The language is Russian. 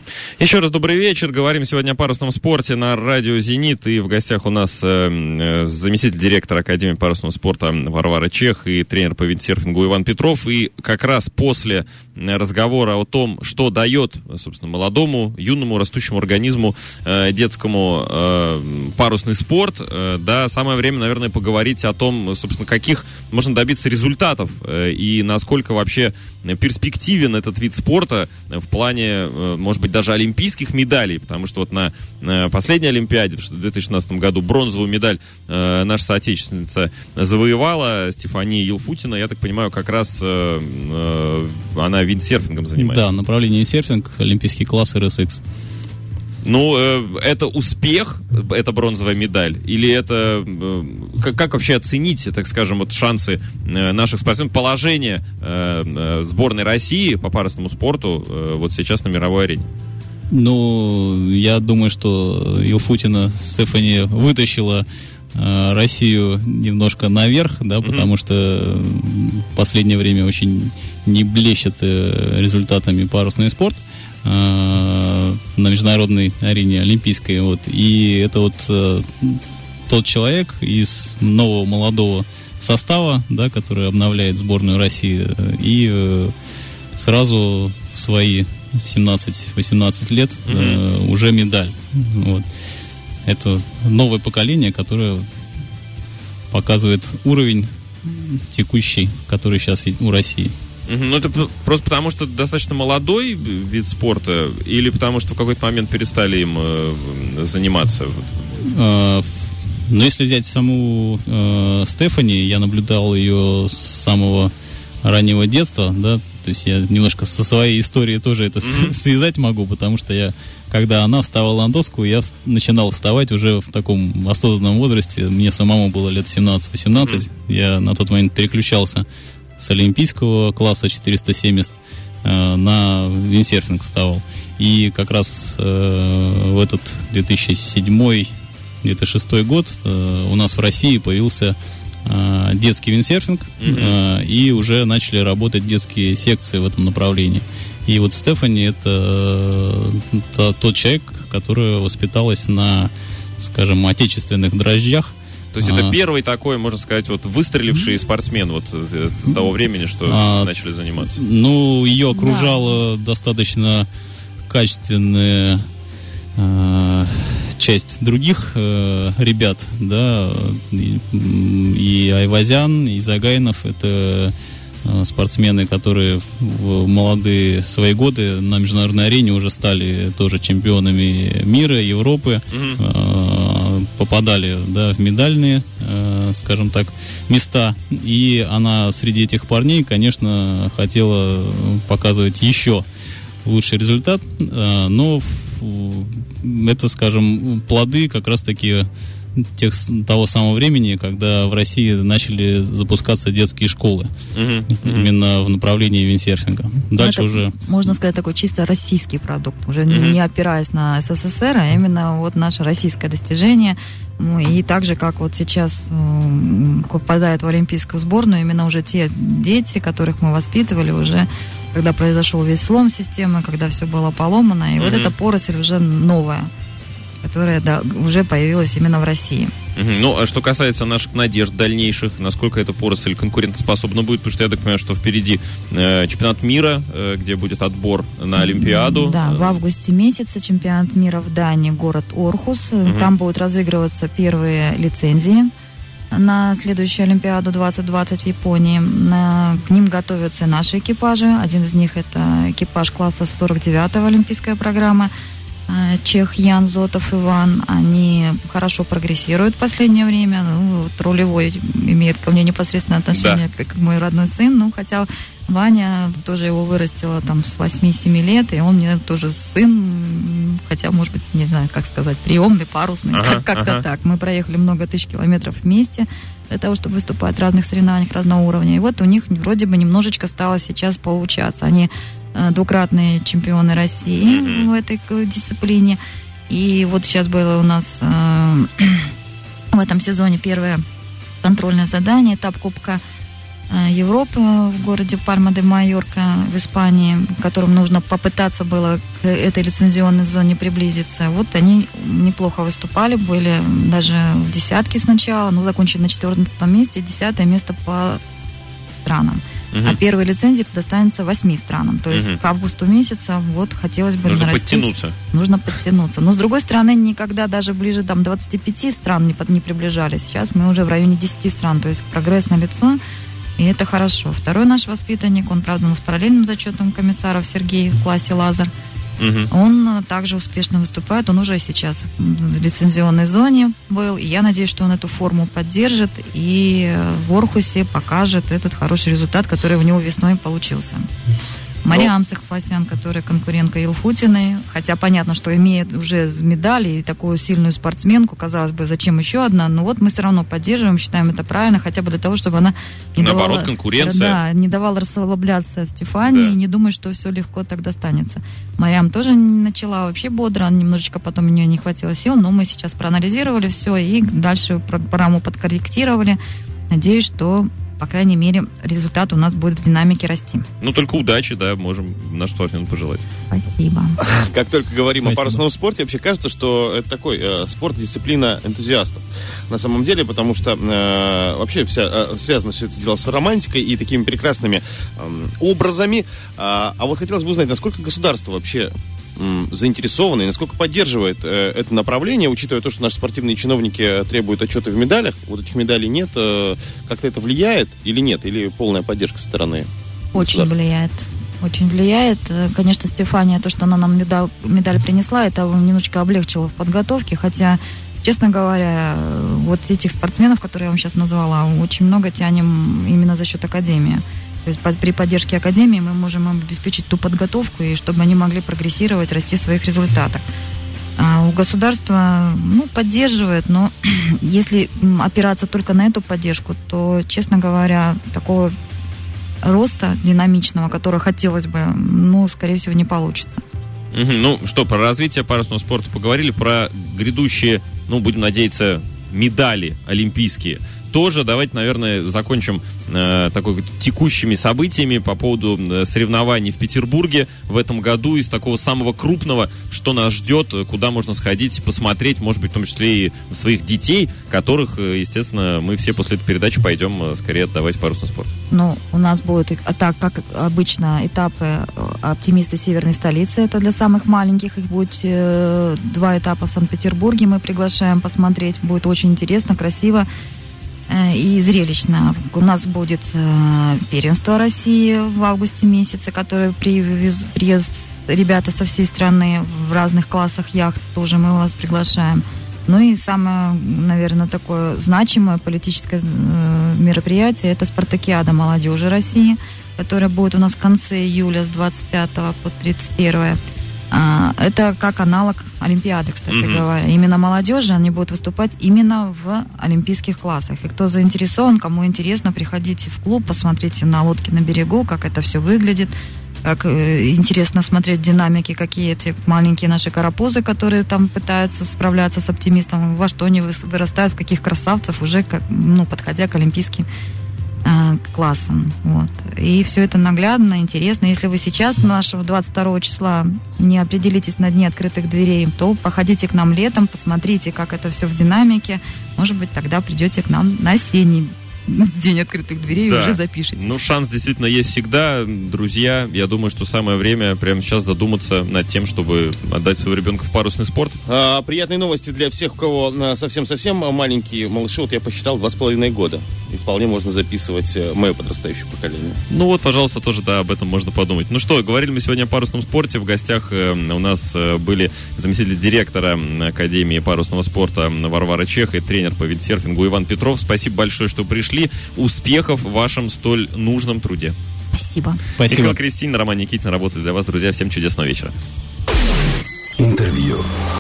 Еще раз добрый вечер. Говорим сегодня о парусном спорте на радио «Зенит». И в гостях у нас заместитель директора Академии парусного спорта Варвара Чех и тренер по виндсерфингу Иван Петров. И как раз после разговора о том, что дает, собственно, молодому, юному, растущему организму, детскому парусный спорт, да, самое время, наверное, поговорить о том, собственно, каких можно добиться результатов и насколько вообще перспективен этот вид спорта в плане, может быть, даже олимпийских медалей, потому что вот на последней Олимпиаде в 2016 году бронзовую медаль наша соотечественница завоевала, Стефания Елфутина. Я так понимаю, как раз она виндсерфингом занимается. Да, направление виндсерфинг, олимпийский класс RSX. Ну, это успех, это бронзовая медаль? Или это... Как вообще оценить, так скажем, вот шансы наших спортсменов, положение сборной России по парусному спорту вот сейчас на мировой арене? Ну, я думаю, что Елфутина Стефани вытащила Россию немножко наверх, да, потому что в последнее время очень не блещет результатами парусный спорт на международной арене олимпийской, вот. И это вот тот человек из нового молодого состава, да, который обновляет сборную России, и сразу в свои 17-18 лет уже медаль. Вот. Это новое поколение, которое показывает уровень текущий, который сейчас у России. Ну, это просто потому, что достаточно молодой вид спорта, или потому, что в какой-то момент перестали им заниматься? Ну, если взять саму Стефани, я наблюдал ее с самого раннего детства, да, то есть я немножко со своей историей тоже это связать могу, потому что я, когда она вставала на доску, я начинал вставать уже в таком осознанном возрасте, мне самому было лет 17-18, я на тот момент переключался с олимпийского класса 470 на виндсерфинг вставал. И как раз в этот 2007-2006 год у нас в России появился детский виндсерфинг, и уже начали работать детские секции в этом направлении. И вот Стефани это тот человек, которая воспиталась на, скажем, отечественных дрожжах. То есть это первый такой, можно сказать, вот выстреливший спортсмен вот с того времени, что начали заниматься. Ну, ее окружала достаточно качественная часть других ребят, да, и Айвазян, и Загайнов, это спортсмены, которые в молодые свои годы на международной арене уже стали тоже чемпионами мира, Европы, попадали, да, в медальные, скажем так, места. И она среди этих парней, конечно, хотела показывать еще лучший результат, но это, скажем, плоды как раз-таки того самого времени, когда в России начали запускаться детские школы, именно в направлении виндсерфинга. Дальше это, уже... можно сказать, такой чисто российский продукт, уже не опираясь на СССР, а именно вот наше российское достижение. И так же, как вот сейчас попадают в олимпийскую сборную, именно уже те дети, которых мы воспитывали уже, когда произошел весь слом системы, когда все было поломано, и вот эта поросль уже новая, которая, да, уже появилась именно в России. Ну, а что касается наших надежд дальнейших, насколько эта поросль конкурентоспособна будет, потому что я так понимаю, что впереди чемпионат мира, где будет отбор на Олимпиаду. Да, в августе месяце чемпионат мира в Дании, город Орхус. Там будут разыгрываться первые лицензии на следующую Олимпиаду 2020 в Японии. К ним готовятся наши экипажи. Один из них это экипаж класса 49-го олимпийская программа. Чех Ян, Зотов Иван, они хорошо прогрессируют в последнее время. Ну, вот рулевой имеет ко мне непосредственное отношение, как мой родной сын. Ну, хотя Ваня тоже его вырастила там с 8-7 лет, и он мне тоже сын, хотя, может быть, не знаю, как сказать, приемный, парусный, как-то так. Мы проехали много тысяч километров вместе для того, чтобы выступать в разных соревнованиях разного уровня. И вот у них вроде бы немножечко стало сейчас получаться. Они двукратные чемпионы России в этой дисциплине. И вот сейчас было у нас в этом сезоне первое контрольное задание, этап Кубка Европы в городе Пальма-де-Майорка в Испании, которым нужно попытаться было к этой лицензионной зоне приблизиться. Вот они неплохо выступали, были даже в десятке сначала, но закончили на 14 месте, 10 место по странам. А первые лицензии достанутся 8 странам. То есть к августу месяца вот хотелось бы Нужно подтянуться. Но с другой стороны, никогда даже ближе 25 стран не приближались. Сейчас мы уже в районе 10 стран. То есть прогресс налицо, и это хорошо. Второй наш воспитанник, он, правда, у нас параллельным зачетом комиссаров Сергей в классе «Лазер». Он также успешно выступает, он уже сейчас в лицензионной зоне был, и я надеюсь, что он эту форму поддержит и в Орхусе покажет этот хороший результат, который у него весной получился. Мариам Сахпасян, которая конкурентка Илфутиной, хотя понятно, что имеет уже медали и такую сильную спортсменку, казалось бы, зачем еще одна, но вот мы все равно поддерживаем, считаем это правильно, хотя бы для того, чтобы она не давала, конкуренция. Да, не давала расслабляться Стефании, и не думать, что все легко так достанется. Мариам тоже начала вообще бодро, немножечко потом у нее не хватило сил, но мы сейчас проанализировали все и дальше программу подкорректировали. Надеюсь, что по крайней мере, результат у нас будет в динамике расти. Ну, только удачи, да, можем наш спортсмену пожелать. Спасибо. Как только говорим о парусном спорте, вообще кажется, что это такой спорт, дисциплина энтузиастов. На самом деле, потому что вообще связано все это дело с романтикой и такими прекрасными образами. А вот хотелось бы узнать, насколько государство вообще заинтересованы и насколько поддерживает это направление, учитывая то, что наши спортивные чиновники требуют отчеты в медалях. Вот этих медалей нет. Как-то это влияет или нет? Или полная поддержка со стороны Очень влияет. Очень влияет. Конечно, Стефания, то, что она нам медаль принесла, это немножечко облегчило в подготовке, хотя, честно говоря, вот этих спортсменов, которые я вам сейчас назвала, очень много тянем именно за счет академии. То есть при поддержке академии мы можем им обеспечить ту подготовку, и чтобы они могли прогрессировать, расти в своих результатах. У государства, поддерживает, но если опираться только на эту поддержку, то, честно говоря, такого роста динамичного, которого хотелось бы, скорее всего, не получится. Ну что, про развитие парусного спорта поговорили, про грядущие, будем надеяться, медали олимпийские. Тоже давайте, наверное, закончим такой текущими событиями по поводу соревнований в Петербурге в этом году из такого самого крупного, что нас ждет, куда можно сходить, посмотреть, может быть, в том числе и своих детей, которых, естественно, мы все после этой передачи пойдем скорее отдавать парусный спорт. У нас будут, так как обычно, этапы «Оптимисты северной столицы», это для самых маленьких, их будет 2 этапа в Санкт-Петербурге, мы приглашаем посмотреть, будет очень интересно, красиво и зрелищно. У нас будет первенство России в августе месяце, которое приедут ребята со всей страны в разных классах яхт, тоже мы вас приглашаем. И самое, наверное, такое значимое политическое мероприятие — это спартакиада молодежи России, которая будет у нас в конце июля с 25 по 31. Это как аналог Олимпиады, кстати говоря. Именно молодежи, они будут выступать именно в олимпийских классах. И кто заинтересован, кому интересно, приходите в клуб, посмотрите на лодке на берегу, как это все выглядит, как интересно смотреть динамики, какие эти маленькие наши карапузы, которые там пытаются справляться с оптимистом, во что они вырастают, в каких красавцев уже, подходя к олимпийским классом. Вот. И все это наглядно, интересно. Если вы сейчас, нашего 22 числа, не определитесь на дне открытых дверей, то походите к нам летом, посмотрите, как это все в динамике. Может быть, тогда придете к нам на осенний день открытых дверей, да, и уже запишите. Шанс действительно есть всегда. Друзья, я думаю, что самое время прямо сейчас задуматься над тем, чтобы отдать своего ребенка в парусный спорт. Приятные новости для всех, у кого совсем-совсем маленькие малыши. Вот я посчитал, 2,5 года. И вполне можно записывать мое подрастающее поколение. Пожалуйста, тоже, да, об этом можно подумать. Говорили мы сегодня о парусном спорте. В гостях у нас были заместитель директора Академии парусного спорта Варвара Чех и тренер по виндсерфингу Иван Петров. Спасибо большое, что пришли. Успехов в вашем столь нужном труде. Спасибо. Михаил Кристин, Роман Никитин работали для вас, друзья. Всем чудесного вечера. Интервью.